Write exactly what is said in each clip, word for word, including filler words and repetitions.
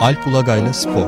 Alp Ulagay'la Spor.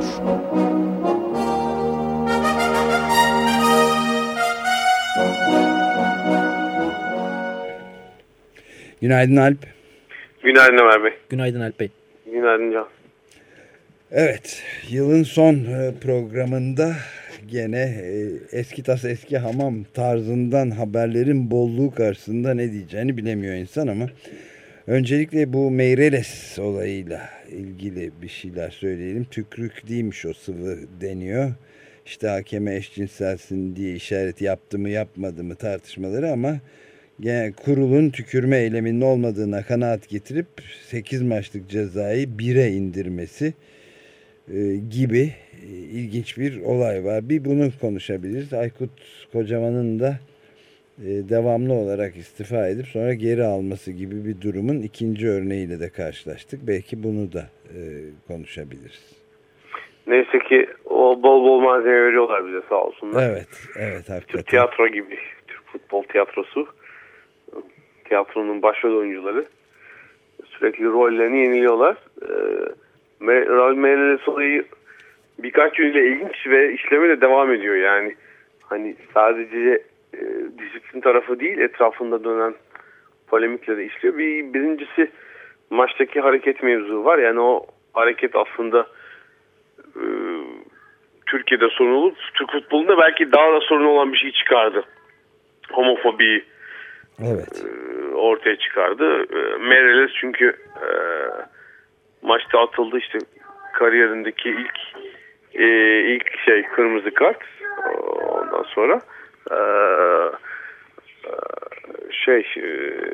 Günaydın Alp. Günaydın Ömer Bey. Günaydın Alp Bey. Günaydın Can. Evet, yılın son programında gene eski tas eski hamam tarzından haberlerin bolluğu karşısında ne diyeceğini bilemiyor insan ama öncelikle bu Meireles olayıyla ilgili bir şeyler söyleyelim. Tükrük değilmiş o sıvı deniyor. İşte hakeme eşcinselsin diye işaret yaptı mı yapmadı mı tartışmaları ama gene kurulun tükürme eyleminin olmadığına kanaat getirip sekiz maçlık cezayı bire indirmesi e, gibi e, ilginç bir olay var. Bir bunu konuşabiliriz. Aykut Kocaman'ın da e, devamlı olarak istifa edip sonra geri alması gibi bir durumun ikinci örneğiyle de karşılaştık. Belki bunu da e, konuşabiliriz. Neyse ki o bol bol malzeme veriyorlar bize sağ olsunlar. Evet, evet hakikaten. Türk tiyatro gibi, Türk futbol tiyatrosu. Tiyatronun başrol oyuncuları sürekli rollerini yeniliyorlar. Raul Meireles olayı birkaç yönüyle ilginç ve işleme de devam ediyor yani. Hani sadece e, disiplin tarafı değil, etrafında dönen polemikle de işliyor. Bir, birincisi maçtaki hareket mevzu var. Yani o hareket aslında e, Türkiye'de sorun olup Türk futbolunda belki daha da sorun olan bir şey çıkardı. Homofobiyi evet. e, ortaya çıkardı. E, Meireles çünkü e, maçta atıldı işte kariyerindeki ilk e, ilk şey kırmızı kart. Ondan sonra e, e, şey e,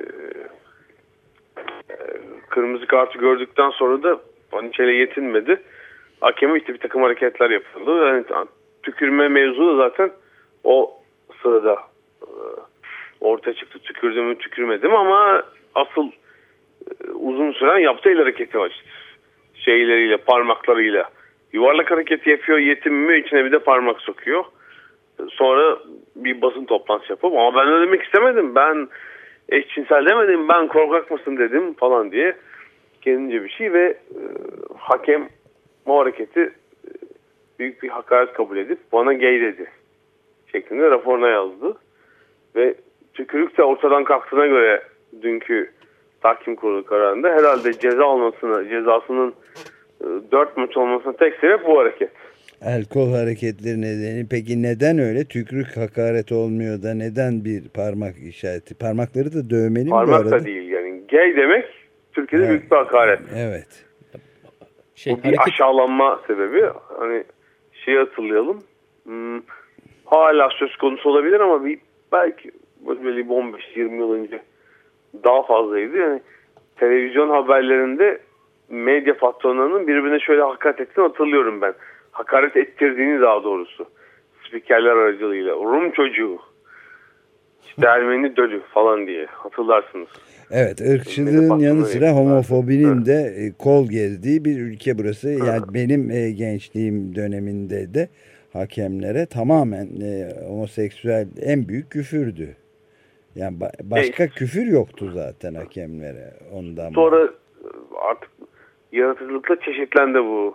kırmızı kartı gördükten sonra da paniçeyle yetinmedi. Hakeme işte bir takım hareketler yapıldı. Yani tükürme mevzu da zaten o sırada e, ortaya çıktı. Tükürdüm mü tükürmedim ama asıl e, uzun süren yaptığı el hareketi var işte. Şeyleriyle, parmaklarıyla yuvarlak hareketi yapıyor, yetinmiyor, içine bir de parmak sokuyor. Sonra bir basın toplantısı yapıp ama ben öyle demek istemedim, ben eşcinsel demedim, ben korkak mısın dedim falan diye kendince bir şey ve e, hakem o hareketi e, büyük bir hakaret kabul edip bana gay dedi şeklinde raporuna yazdı. Ve tükürük de ortadan kalktığına göre dünkü tahkim kurulu kararında herhalde ceza olmasına, cezasının dört maç olmasına tek sebep bu hareket. El kol hareketleri nedeni. Peki neden öyle? Tükrük hakaret olmuyor da neden bir parmak işareti? Parmakları da dövmeli mi bu arada? Parmak da değil yani. Gay demek Türkiye'de evet. büyük bir hakaret. Evet. Şey, bu bir hareket... aşağılanma sebebi. Hani şeyi hatırlayalım. Hmm, hala söz konusu olabilir ama bir belki böyle on beş yirmi yıl önce daha fazlaydı. Yani televizyon haberlerinde medya patronlarının birbirine şöyle hakaret ettiğini hatırlıyorum ben. Hakaret ettirdiğini daha doğrusu. Spikerler aracılığıyla. Rum çocuğu. İşte Ermeni dölü falan diye. Hatırlarsınız. Evet, ırkçılığın yanı sıra homofobinin evet. de kol gezdiği bir ülke burası. Yani evet. benim gençliğim döneminde de hakemlere tamamen homoseksüel en büyük küfürdü. Yani başka evet. küfür yoktu zaten hakemlere ondan. Sonra artık yaratıcılıkla çeşitlendi bu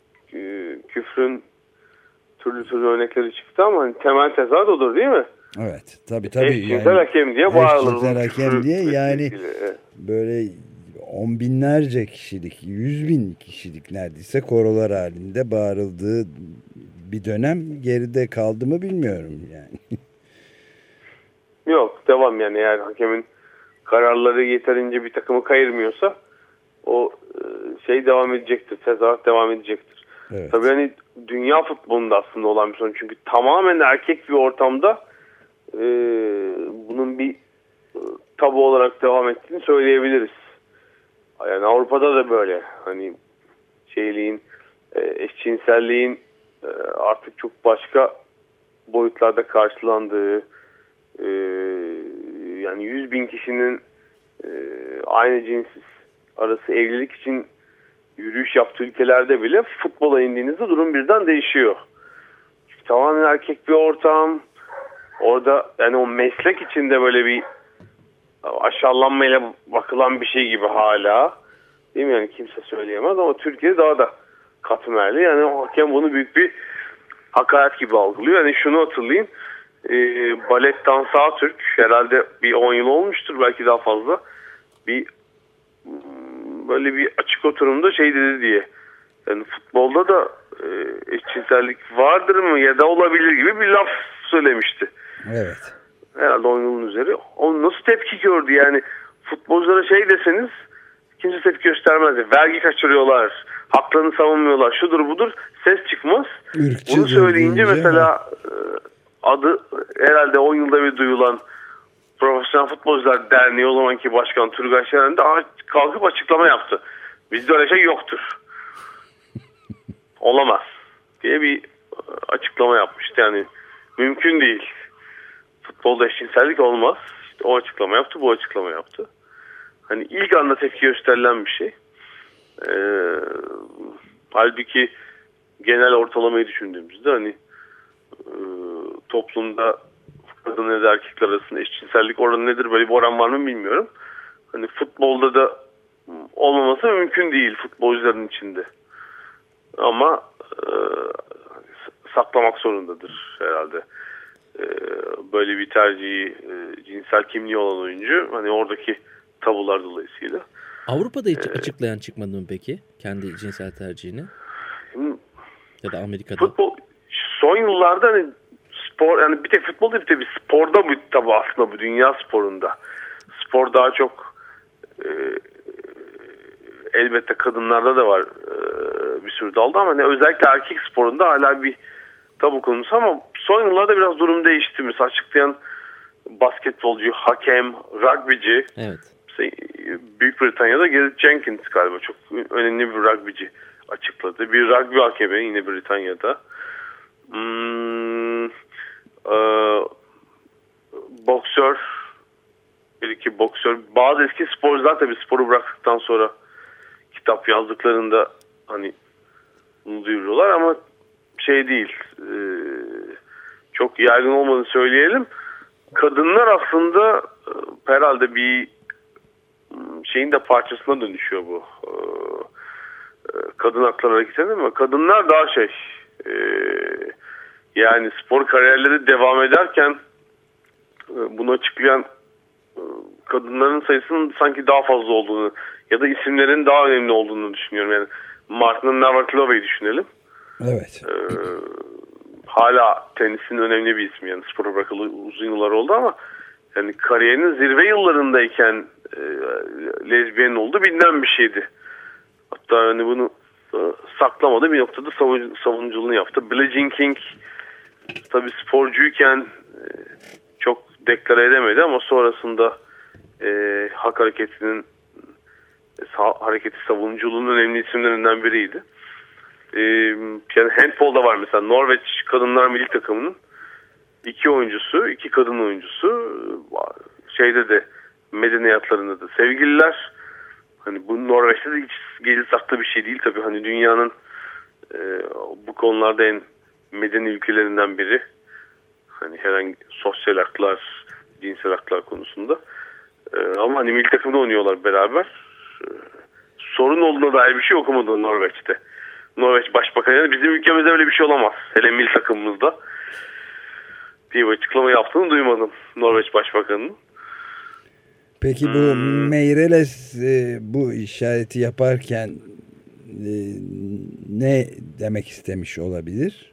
küfrün türlü türlü örnekleri çıktı ama hani temel tezahürat odur değil mi? Evet tabii tabii. Eşcinsel yani, hakem diye bağırılır. Eşcinsel hakem diye yani evet. böyle on binlerce kişilik, yüz bin kişilik neredeyse korolar halinde bağırıldığı bir dönem geride kaldı mı bilmiyorum yani. Yok devam yani eğer hakemin kararları yeterince bir takımı kayırmıyorsa o şey devam edecektir, tezahürat devam edecektir. Evet. Tabii hani dünya futbolunda aslında olan bir sorun çünkü tamamen erkek bir ortamda e, bunun bir e, tabu olarak devam ettiğini söyleyebiliriz. Yani Avrupa'da da böyle hani şeyliğin, e, eşcinselliğin e, artık çok başka boyutlarda karşılandığı e, yani yüz bin kişinin e, aynı cins arası evlilik için yürüyüş yaptığı ülkelerde bile futbola indiğinizde durum birden değişiyor. Çünkü tamamen erkek bir ortam. Orada yani o meslek içinde böyle bir aşağılanmayla bakılan bir şey gibi hala. Değil mi yani kimse söyleyemez ama Türkiye'de daha da katmerli. Yani o hakem bunu büyük bir hakaret gibi algılıyor. Yani şunu hatırlayın. E, Balet Dans Ağatürk herhalde bir on yıl olmuştur, belki daha fazla. Bir böyle bir açık oturumda şey dedi diye. Yani futbolda da e, eşcinsellik vardır mı ya da olabilir gibi bir laf söylemişti. Evet. Herhalde on yılın üzeri. O nasıl tepki gördü yani, futbolculara şey deseniz kimse tepki göstermez. Vergi kaçırıyorlar, haklarını savunmuyorlar, şudur budur, ses çıkmaz. Irkçı bunu söyleyince deyince, mesela e, adı herhalde on yılda bir duyulan Profesyonel Futbolcular Derneği o zamanki başkan Turgay Şeren de kalkıp açıklama yaptı. Bizde öyle şey yoktur. Olamaz diye bir açıklama yapmıştı. Yani mümkün değil. Futbolda eşcinsellik olmaz. İşte o açıklama yaptı, bu açıklama yaptı. Hani ilk anda tepki gösterilen bir şey. Ee, halbuki genel ortalamayı düşündüğümüzde hani e, toplumda kadın ya da erkekler arasında eşcinsellik oranı nedir, böyle bir oran var mı bilmiyorum. Hani futbolda da olmaması mümkün değil futbolcuların içinde. Ama e, saklamak zorundadır herhalde. E, böyle bir tercihi, e, cinsel kimliği olan oyuncu hani oradaki tabular dolayısıyla. Avrupa'da hiç açıklayan çıkmadı mı peki kendi cinsel tercihini? Şimdi, ya da Amerika'da? Futbol son yıllarda hani spor, yani bir tek futbol değil, bir sporda bu tabii, aslında bu dünya sporunda. Spor daha çok e, elbette kadınlarda da var e, bir sürü dalda ama hani özellikle erkek sporunda hala bir tabu konusu, ama son yıllarda biraz durum değişti. Mesela açıklayan basketbolcu, hakem, rugbyci. Evet. Büyük Britanya'da Gareth Jenkins galiba çok önemli bir rugbyci açıkladı. Bir rugby hakemi yine Britanya'da. Hmm, e, boksör, bir iki boksör. Bazı eski sporcular tabii sporu bıraktıktan sonra kitap yazdıklarında hani bunu duyuruyorlar ama şey değil, e, çok yaygın olmadığını söyleyelim. Kadınlar aslında e, herhalde bir şeyin de parçasına dönüşüyor bu. E, kadın hakları hareketinde, ama kadınlar daha şey, e, yani spor kariyerleri devam ederken e, bunu açıklayan e, kadınların sayısının sanki daha fazla olduğunu ya da isimlerin daha önemli olduğunu düşünüyorum. Yani Martina Navratilовa'yı düşünelim. Evet. E, hala tenisin önemli bir ismi, yani spora bırakalı uzun yıllar oldu ama yani kariyerinin zirve yıllarındayken e, lezbiyen olduğu bilinen bir şeydi. Hatta hani bunu e, saklamadı, bir noktada savun, savunuculuğunu yaptı. Billie Jean King tabii sporcuyken e, çok deklare edemedi ama sonrasında e, hak hareketinin sağ, hareketi savunuculuğunun önemli isimlerinden biriydi. E, yani handball'da var mesela, Norveç kadınlar milli takımının iki oyuncusu, iki kadın oyuncusu şeyde de medeniyatlarında da sevgililer. Hani bu Norveç'te de hiç geri saklı bir şey değil tabii. Hani dünyanın e, bu konularda en medeni ülkelerinden biri. Hani herhangi sosyal haklar, cinsel haklar konusunda. E, ama hani milli takımda oynuyorlar beraber. E, sorun olduğuna dair bir şey okumadım Norveç'te. Norveç Başbakanı, yani bizim ülkemizde öyle bir şey olamaz. Hele milli takımımızda diye bir açıklama yaptığını duymadım Norveç Başbakanı'nın. Peki bu hmm. Meireles e, bu işareti yaparken e, ne demek istemiş olabilir?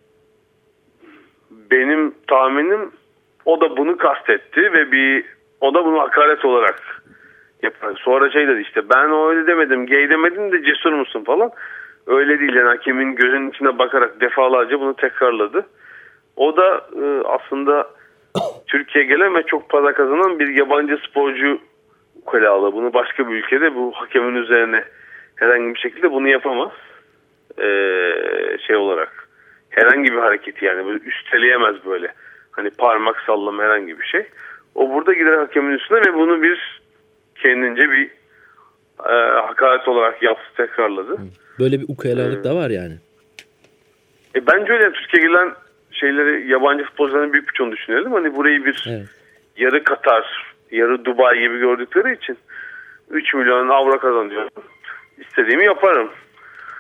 Benim tahminim o da bunu kastetti ve bir o da bunu hakaret olarak yapar. Sonra şey dedi, işte ben öyle demedim, gay demedim de cesur musun falan. Öyle değil, yani hakemin gözünün içine bakarak defalarca bunu tekrarladı. O da e, aslında Türkiye'ye gelen ve çok para kazanan bir yabancı sporcu ukalalı. Bunu başka bir ülkede bu hakemin üzerine herhangi bir şekilde bunu yapamaz. Ee, şey olarak herhangi bir hareketi, yani böyle üsteleyemez böyle. Hani parmak sallama, herhangi bir şey. O burada gider hakemin üstüne ve bunu bir kendince bir e, hakaret olarak yaptı, tekrarladı. Böyle bir ukalalık ee, da var yani. E, bence öyle. Türkiye'ye gelen şeyleri, yabancı futbolcuların büyük bir çoğunu düşünelim. Hani burayı bir evet. yarı Katar, yarı Dubai gibi gördükleri için üç milyon avro kazanıyorum, İstediğimi yaparım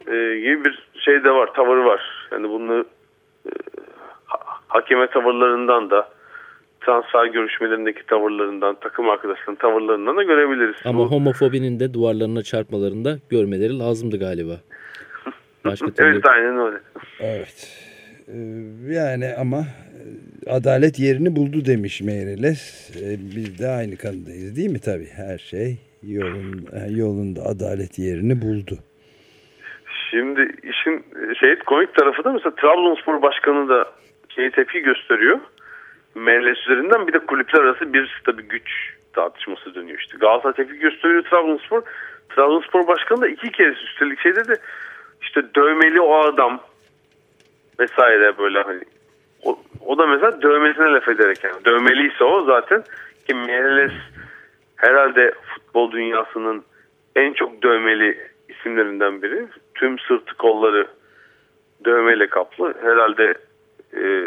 e, gibi bir şey de var, tavırı var. Yani bunu e, ha, hakeme tavırlarından da, transfer görüşmelerindeki tavırlarından, takım arkadaşlarının tavırlarından da görebiliriz. Ama Bu... homofobinin de duvarlarına çarpmalarında görmeleri lazımdı galiba. Başka türlü... Evet, aynen öyle. Evet. Yani ama adalet yerini buldu demiş Meireles. Biz de aynı kanıdayız değil mi? Tabii her şey yolun, yolunda, adalet yerini buldu. Şimdi işin şey komik tarafı da mesela Trabzonspor Başkanı da şey tepki gösteriyor. Meireles üzerinden bir de kulüpler arası bir tabii güç tartışması dönüyor işte. Galatasaray tepki gösteriyor Trabzonspor. Trabzonspor Başkanı da iki kez üstelik şey dedi. İşte dövmeli o adam vesaire böyle hani o, o da mesela dövmesine laf ederek yani dövmeliyse o zaten ki Meireles herhalde futbol dünyasının en çok dövmeli isimlerinden biri. Tüm sırtı kolları dövmeyle kaplı. Herhalde e,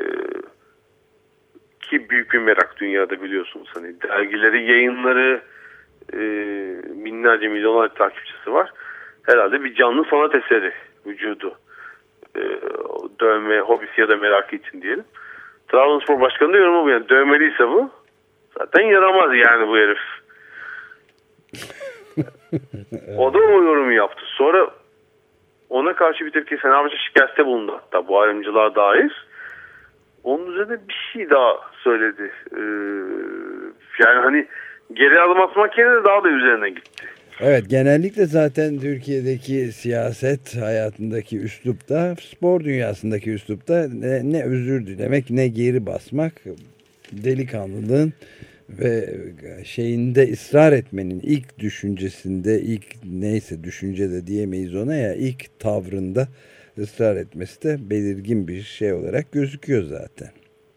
ki büyük bir merak dünyada biliyorsunuz. Hani dergileri, yayınları e, binlerce milyonlarca takipçisi var. Herhalde bir canlı sanat eseri vücudu. E, dövme hobisi ya da merakı için diyelim. Trabzonspor Başkanı da yorumu bu. Yani dövmeliyse bu zaten yaramaz yani bu herif. O da o yorumu yaptı. Sonra ona karşı bir tepki Fenerbahçe şikayette bulundu hatta bu ayrımcılığa dair. Onun üzerine bir şey daha söyledi. Ee, yani hani geri adım atmak yerine daha da üzerine gitti. Evet, genellikle zaten Türkiye'deki siyaset hayatındaki üslupta, spor dünyasındaki üslupta ne, ne özür dilemek ne geri basmak, delikanlılığın ve şeyinde ısrar etmenin ilk düşüncesinde, ilk neyse düşünce de diyemeyiz ona ya, ilk tavrında ısrar etmesi de belirgin bir şey olarak gözüküyor zaten.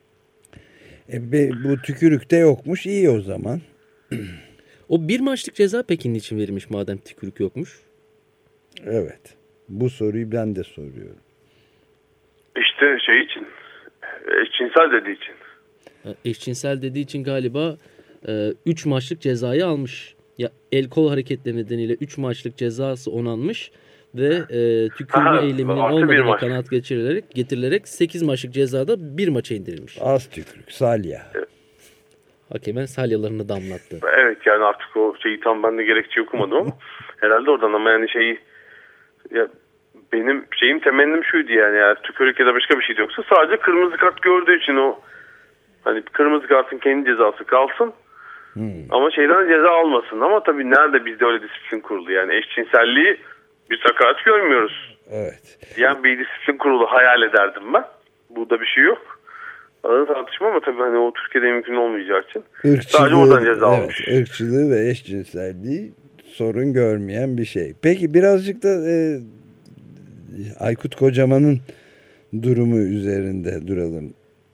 E, bu tükürükte yokmuş, iyi o zaman. O bir maçlık ceza peki niçin verilmiş madem tükürük yokmuş? Evet. Bu soruyu ben de soruyorum. İşte şey için, eşcinsel dediği için. Eşcinsel dediği için galiba üç maçlık cezayı almış. Ya el kol hareketleri nedeniyle üç maçlık cezası onanmış ve e, tükürme Aha, eyleminin olmadığına kanaat getirilerek, getirilerek sekiz maçlık cezada bir maça indirilmiş. Az tükürük, salya. Evet. Hakemen salyalarını damlattı. Evet yani artık o şeyi tam ben de gerekçe okumadım ama herhalde oradan ama yani şeyi ya benim şeyim temennim şuydu yani eğer tükürük ya da başka bir şey yoksa sadece kırmızı kart gördüğü için o hani kırmızı kartın kendi cezası kalsın hmm. ama şeyden ceza almasın ama tabii nerede bizde öyle disiplin kurulu yani eşcinselliği bir sakaat görmüyoruz. Evet. Yani bir disiplin kurulu hayal ederdim ben. Burada bir şey yok. Arada tartışma ama tabii hani o Türkiye'de mümkün olmayacağı için ırkçılığı, sadece oradan ceza evet, almış. Irkçılığı ve eşcinselliği sorun görmeyen bir şey. Peki birazcık da e, Aykut Kocaman'ın durumu üzerinde duralım.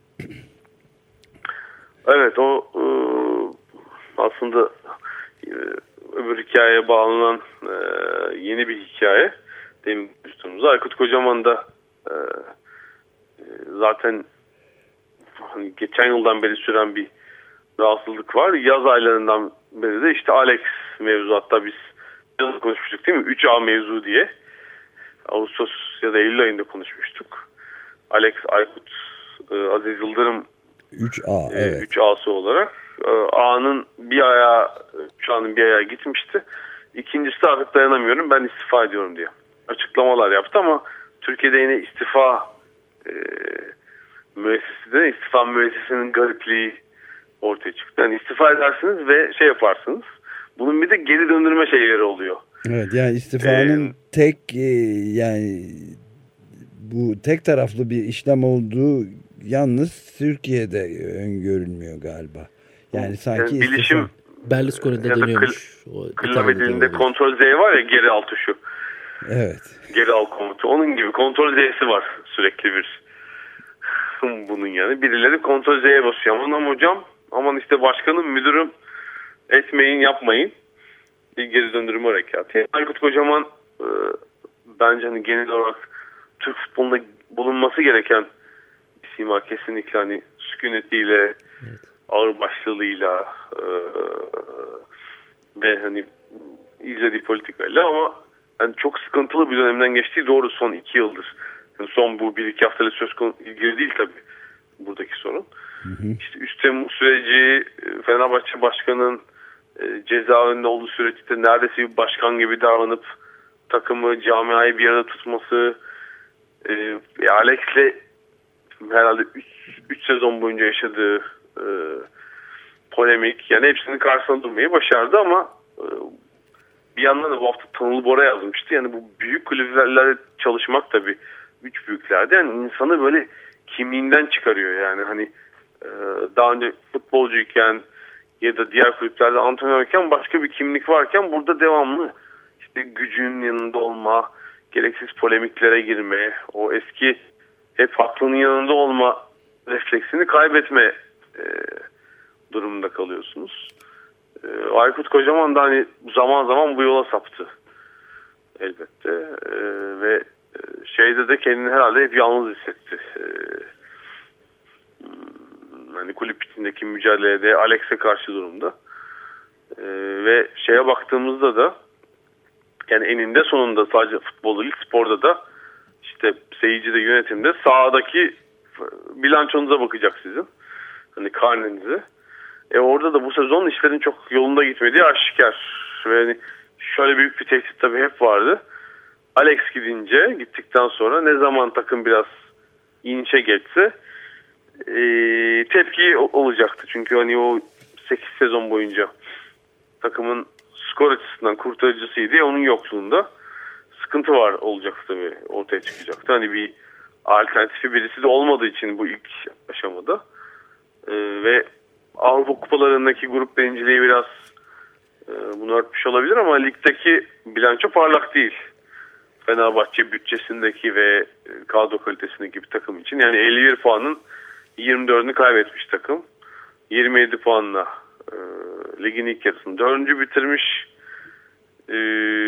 Evet o e, aslında e, öbür hikayeye bağlanan e, yeni bir hikaye. Demin üstümüzde Aykut Kocaman da e, e, zaten hani geçen yıldan beri süren bir rahatsızlık var. Yaz aylarından beri de işte Alex mevzu hatta biz yazı konuşmuştuk değil mi? üç A mevzu diye. Ağustos ya da Eylül ayında konuşmuştuk. Alex Aykut e, Aziz Yıldırım üç A evet. üç A'sı olarak e, A'nın bir ayağı üç A'nın bir ayağı gitmişti. İkincisi de artık dayanamıyorum ben istifa ediyorum diye açıklamalar yaptı ama Türkiye'de yine istifa e, müessesesi de istifa müessesesinin garipliği ortaya çıktı. Yani istifa edersiniz ve şey yaparsınız. Bunun bir de geri döndürme şeyleri oluyor. Evet yani istifanın ee, tek e, yani bu tek taraflı bir işlem olduğu yalnız Türkiye'de öngörülmüyor galiba. Yani sanki yani bilişim istifa... Berlusconi'de dönüyormuş. Klavye dilinde kontrol Z var ya geri al tuşu. Evet. Geri al komutu. Onun gibi kontrol Z'si var sürekli bir. Bunun yani. Birileri kontrol Z'ye basıyor. Aman hocam aman işte başkanım müdürüm etmeyin yapmayın. Bir geri döndürme harekatı. Aykut Kocaman e, bence hani genel olarak Türk futbolunda bulunması gereken bir sima kesinlikle hani sükunetiyle evet. ağırbaşlılığıyla e, ve hani izlediği politikayla ama yani çok sıkıntılı bir dönemden geçtiği doğru son iki yıldır. Yani son bu bir iki haftayla söz konusu ilgili değil tabii buradaki sorun. Hı hı. İşte üst Temmuz süreci, Fenerbahçe Başkanı'nın e, cezaevinde olduğu süreçte neredeyse bir başkan gibi davranıp takımı, camiayı bir arada tutması, e, Alex'le herhalde üç sezon boyunca yaşadığı e, polemik, yani hepsinin karşısına durmayı başardı ama e, bir yandan da bu hafta Tanıl Bora yazmıştı. Yani bu büyük kulüplerle çalışmak tabii üç büyüklerde yani insanı böyle kimliğinden çıkarıyor. Yani hani e, daha önce futbolcuyken ya da diğer kulüplerde antrenörken başka bir kimlik varken burada devamlı işte gücün yanında olma, gereksiz polemiklere girme, o eski hep haklının yanında olma refleksini kaybetme e, durumunda kalıyorsunuz. E, Aykut Kocaman da hani zaman zaman bu yola saptı elbette e, ve şeyde de kendini herhalde hep yalnız hissetti. E, hani kulüp içindeki mücadelede Alex'e karşı durumda e, ve şeye baktığımızda da yani eninde sonunda sadece futbolda değil sporda da işte seyircide, yönetimde sahadaki bilançonuza bakacak sizin. Hani karnenize. E orada da bu sezon işlerin çok yolunda gitmediği aşikar. Ve hani şöyle büyük bir tehdit tabii hep vardı. Alex gidince, gittikten sonra ne zaman takım biraz inişe geçse e, tepki olacaktı. Çünkü hani o sekiz sezon boyunca takımın skor açısından kurtarıcısıydı. Onun yokluğunda sıkıntı var olacaktı tabii, ortaya çıkacaktı. Hani bir alternatifi birisi de olmadığı için bu ilk aşamada ee, ve Avrupa kupalarındaki grup birinciliği biraz e, bunu örtmüş olabilir ama ligdeki bilanço parlak değil. Fenerbahçe bütçesindeki ve kadro kalitesindeki bir takım için. Yani elli bir puanın yirmi dördünü kaybetmiş takım. yirmi yedi puanla e, ligin ilk yarısını dördüncü bitirmiş. E,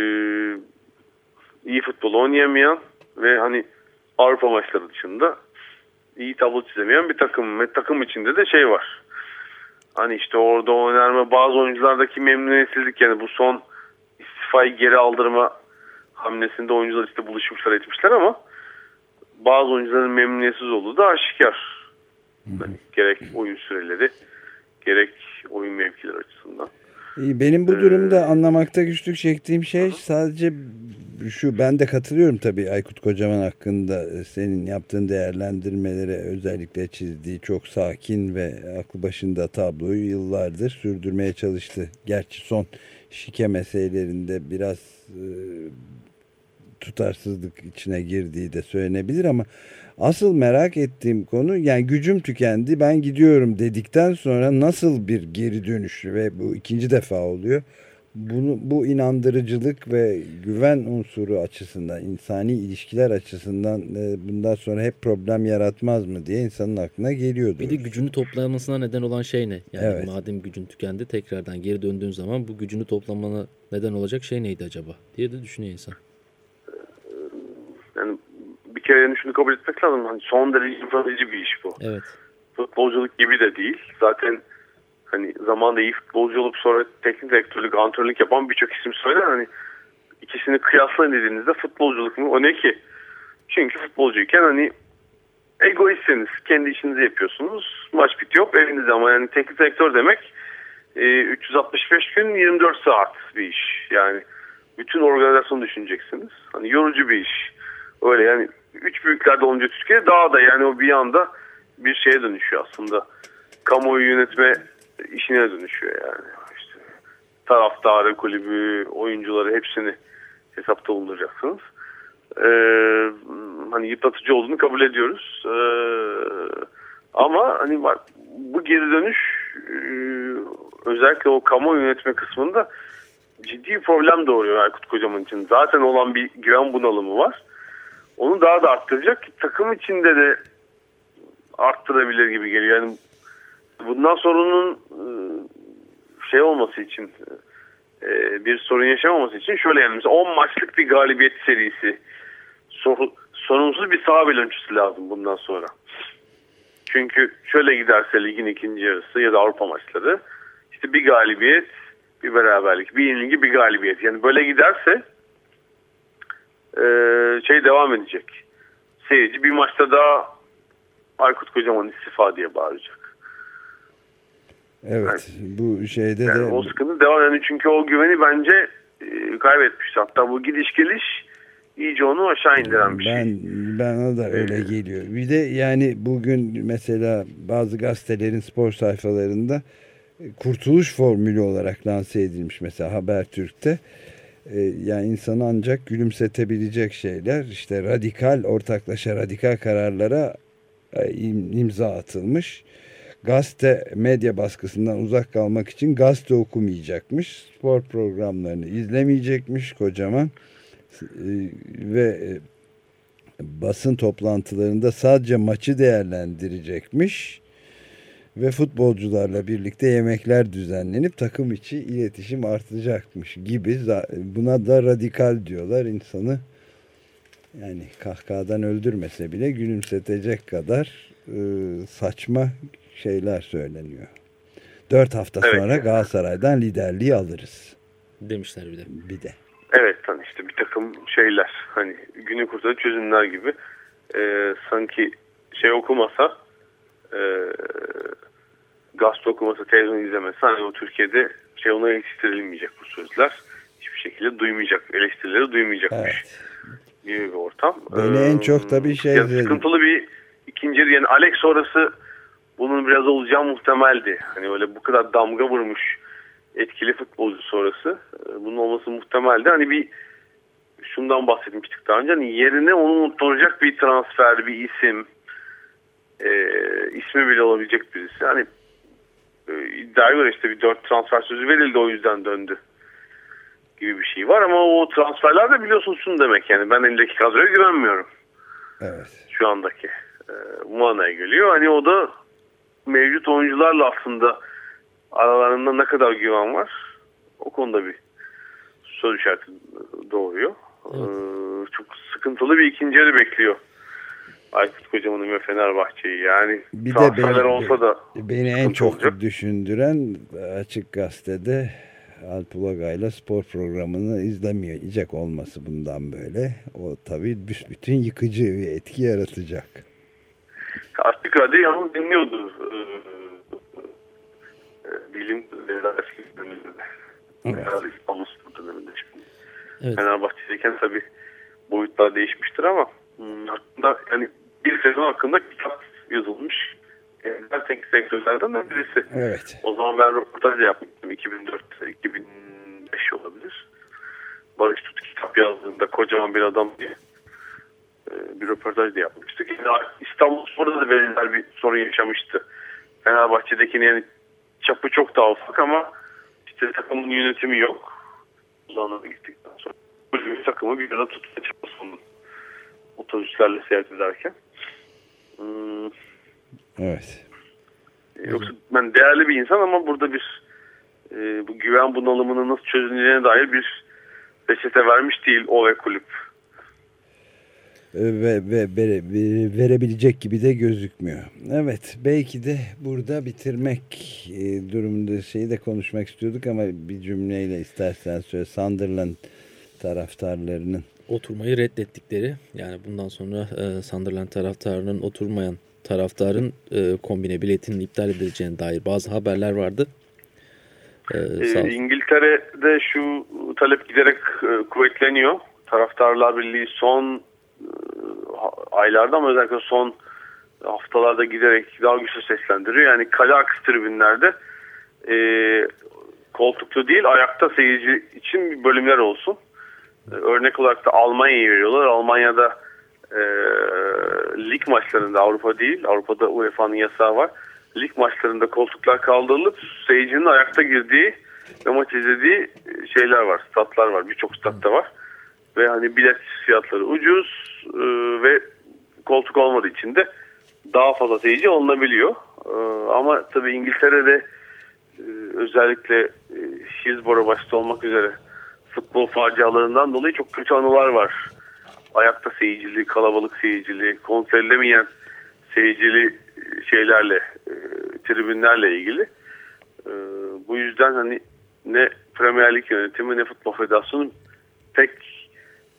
iyi futbol oynayamayan ve hani Avrupa maçları dışında iyi tablo çizemeyen bir takım ve takım içinde de şey var. Hani işte orada oynarma, bazı oyunculardaki memnuniyetsizlik, yani bu son istifayı geri aldırma hamlesinde oyuncular işte buluşmuşlar etmişler ama bazı oyuncuların memnuniyetsiz olduğu da aşikar. Yani gerek oyun süreleri gerek oyun mevkileri açısından. Benim bu durumda ee, anlamakta güçlük çektiğim şey hı. sadece şu, ben de katılıyorum tabii Aykut Kocaman hakkında senin yaptığın değerlendirmelere, özellikle çizdiği çok sakin ve aklı başında tabloyu yıllardır sürdürmeye çalıştı. Gerçi son şike meselelerinde biraz e, tutarsızlık içine girdiği de söylenebilir ama asıl merak ettiğim konu, yani gücüm tükendi ben gidiyorum dedikten sonra nasıl bir geri dönüş, ve bu ikinci defa oluyor. Bunu, bu inandırıcılık ve güven unsuru açısından, insani ilişkiler açısından e, bundan sonra hep problem yaratmaz mı diye insanın aklına geliyordu. Bir de gücünü toplamasına neden olan şey ne? Yani evet. Madem gücün tükendi, tekrardan geri döndüğün zaman bu gücünü toplamana neden olacak şey neydi acaba diye de düşünüyor insan. Yani bir kere yani şunu kabul etmek lazım. Hani son derece yıpratıcı bir iş bu. Evet. Futbolculuk gibi de değil. Zaten hani zamanında iyi futbolcu olup sonra teknik direktörlük, antrenörlük yapan birçok isim söyler. Hani ikisini kıyaslayın dediğinizde futbolculuk mu? O ne ki? Çünkü futbolcuyken hani egoistsiniz. Kendi işinizi yapıyorsunuz. Maç bitiyor evinizde, ama yani teknik direktör demek üç yüz altmış beş gün yirmi dört saat bir iş. Yani bütün organizasyonu düşüneceksiniz. Hani yorucu bir iş. Öyle yani üç büyüklerde olunca Türkiye daha da yani o bir anda bir şeye dönüşüyor aslında. Kamuoyu yönetme işine dönüşüyor yani. İşte taraftarı, kulübü, oyuncuları hepsini hesapta bulunduracaksınız. Ee, hani yıpratıcı olduğunu kabul ediyoruz. Ee, ama hani bak, bu geri dönüş e, özellikle o kamuoyu yönetme kısmında ciddi bir problem doğuruyor Aykut Kocaman için. Zaten olan bir güven bunalımı var. Onu daha da arttıracak ki takım içinde de arttırabilir gibi geliyor. Yani bundan sonra onun şey olması için, bir sorun yaşamaması için şöyle, yani mesela on maçlık bir galibiyet serisi, sorunsuz bir saha bilançosu lazım bundan sonra. Çünkü şöyle giderse ligin ikinci yarısı ya da Avrupa maçları, işte bir galibiyet, bir beraberlik, bir yenilgi, bir galibiyet. Yani böyle giderse e, şey devam edecek. Seyirci bir maçta daha Aykut Kocaman istifa diye bağıracak. Evet, yani, bu şeyde yani de... O sıkıntı devam yani çünkü o güveni bence e, kaybetmiş. Hatta bu gidiş geliş iyice onu aşağı indiren bir ben, şey. Bana da öyle ee, geliyor. Bir de yani bugün mesela bazı gazetelerin spor sayfalarında kurtuluş formülü olarak lanse edilmiş. Mesela Habertürk'te e, yani insanı ancak gülümsetebilecek şeyler, işte radikal, ortaklaşa radikal kararlara e, imza atılmış. Gazete medya baskısından uzak kalmak için gazete okumayacakmış. Spor programlarını izlemeyecekmiş Kocaman. Ve basın toplantılarında sadece maçı değerlendirecekmiş. Ve futbolcularla birlikte yemekler düzenlenip takım içi iletişim artacakmış gibi. Buna da radikal diyorlar. İnsanı yani kahkahadan öldürmese bile gülümsetecek kadar e, saçma şeyler söyleniyor. Dört hafta evet. sonra Galatasaray'dan liderliği alırız demişler bir de. Bir de. Evet, hani işte bir takım şeyler, hani günü kurtarıcı çözümler gibi. Ee, sanki şey okumasa, e, gazete okuması, televizyon izlemesi, hani o Türkiye'de şey ona yetiştirilmeyecek bu sözler. Hiçbir şekilde duymayacak, eleştirileri duymayacakmış. Evet. Gibi bir ortam. Beni ee, en çok tabii şey... Yani sıkıntılı bir ikinci yarı, yani Alex sonrası bunun biraz olacağı muhtemeldi. Hani öyle bu kadar damga vurmuş etkili futbolcu sonrası bunun olması muhtemeldi. Hani bir şundan bahsetmiştik daha önce. Hani yerine onu unutturacak bir transfer, bir isim, e, ismi bile olabilecek birisi. Hani e, iddiaya göre işte bir dört transfer sözü verildi, o yüzden döndü gibi bir şey var. Ama o transferler de biliyorsunuz şunu demek, yani ben elindeki kadroya güvenmiyorum. Evet. Şu andaki. E, bu manaya geliyor. Hani o da mevcut oyuncularla aslında aralarında ne kadar güven var, o konuda bir soru işareti doğuyor. Evet. Ee, çok sıkıntılı bir ikinci yarı bekliyor Aykut Kocaman'ın ve Fenerbahçe'yi. Yani bir de beni, olsa da beni en çok olacak. Düşündüren Açık Gazete'de Alp Ulagay'la spor programını izlemeyecek olması bundan böyle. O tabii büsbütün yıkıcı bir etki yaratacak. Açık Radyo yalnız dinliyordu. Bilim eski döneminde. Evet. İstanbul Spor döneminde şimdi. Evet. Fenerbahçe'deyken tabii boyutlar değişmiştir ama hakkında yani bir sezon hakkında kitap yazılmış. En tek sektörlerden de birisi. Evet. O zaman ben röportaj yapmıştım. iki bin dört iki bin beş olabilir. Barış Tut kitap yazdığında kocaman bir adam diye bir röportaj da yapmıştık. Yani İstanbul Spor'da da benzer bir sorun yaşamıştı. Fenerbahçe'dekinin yani çapı çok daha ufak ama işte takımın yönetimi yok. Uzanlara gittikten sonra bu takımı bir arada tutmaya çalışmanın otobüslerle seyahat ederken. Hmm. Evet. Yoksa ben değerli bir insan ama burada bir e, bu güven bunalımının nasıl çözüleceğine dair bir reçete vermiş değil o ve kulüp. Ve, ve vere, verebilecek gibi de gözükmüyor. Evet, belki de burada bitirmek e, durumunda şeyi de konuşmak istiyorduk ama bir cümleyle istersen söyle. Sunderland taraftarlarının oturmayı reddettikleri, yani bundan sonra e, Sunderland taraftarının oturmayan taraftarın e, kombine biletinin iptal edileceğine dair bazı haberler vardı. E, ee, İngiltere'de şu talep giderek e, kuvvetleniyor. Taraftarlar Birliği son aylarda ama özellikle son haftalarda giderek daha güçlü seslendiriyor. Yani kale arkası tribünlerde e, koltuklu değil ayakta seyirci için bölümler olsun. E, örnek olarak da Almanya'yı veriyorlar. Almanya'da e, lig maçlarında, Avrupa değil, Avrupa'da U E F A'nın yasağı var. Lig maçlarında koltuklar kaldırılıp seyircinin ayakta girdiği ve maç izlediği şeyler var, statlar var. Birçok statta var. Ve hani bilet fiyatları ucuz e, ve koltuk olmadığı için de daha fazla seyirci alınabiliyor. E, ama tabii İngiltere'de e, özellikle e, Hillsborough başta olmak üzere futbol facialarından dolayı çok kötü anılar var. Ayakta seyircili, kalabalık seyircili, kontrol edilemeyen seyircili şeylerle, e, tribünlerle ilgili. E, bu yüzden hani ne Premier Lig yönetimi ne Futbol Federasyonu pek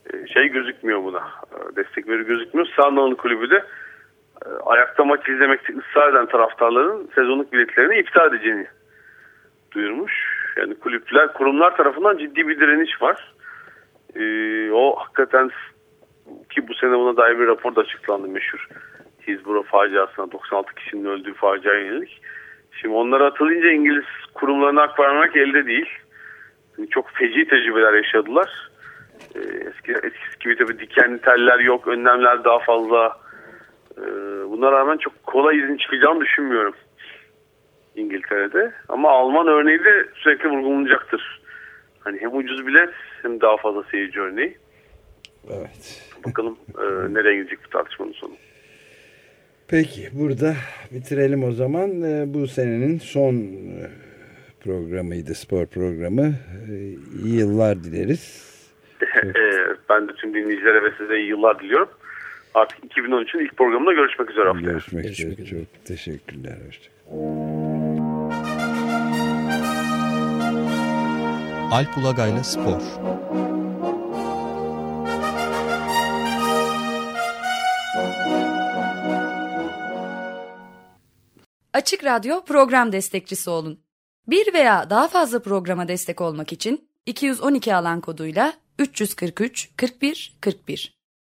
şey gözükmüyor buna. Destek veri gözükmüyor. Sağnalı Kulübü de ayakta maç izlemekte ısrar eden taraftarların sezonluk biletlerini iptal edeceğini duyurmuş. Yani kulüpler, kurumlar tarafından ciddi bir direniş var. Ee, o hakikaten ki bu sene buna dair bir rapor da açıklandı, meşhur Hillsborough faciasına, doksan altı kişinin öldüğü faciaya yönelik. Şimdi onlara atılınca İngiliz kurumlarına hak vermek elde değil. Yani çok feci tecrübeler yaşadılar. Ee, eski, eskisi gibi tabii dikenli teller yok, önlemler daha fazla. Ee, buna rağmen çok kolay izin çıkacağını düşünmüyorum İngiltere'de. Ama Alman örneği de sürekli vurgulanacaktır. Hani hem ucuz bilet hem daha fazla seyirci örneği. Evet. Bakalım e, nereye gidecek bu tartışmanın sonu. Peki burada bitirelim o zaman. E, bu senenin son e, programıydı, spor programı. E, iyi yıllar dileriz. Ben de tüm dinleyicilere ve size iyi yıllar diliyorum. Artık iki bin on üçün ilk programında görüşmek üzere haftaya. Görüşmek, görüşmek üzere. Çok teşekkürler. Hoşçakalın. Alp Ulagay'la Spor. Açık Radyo program destekçisi olun. Bir veya daha fazla programa destek olmak için iki yüz on iki alan koduyla üç yüz kırk üç kırk bir kırk bir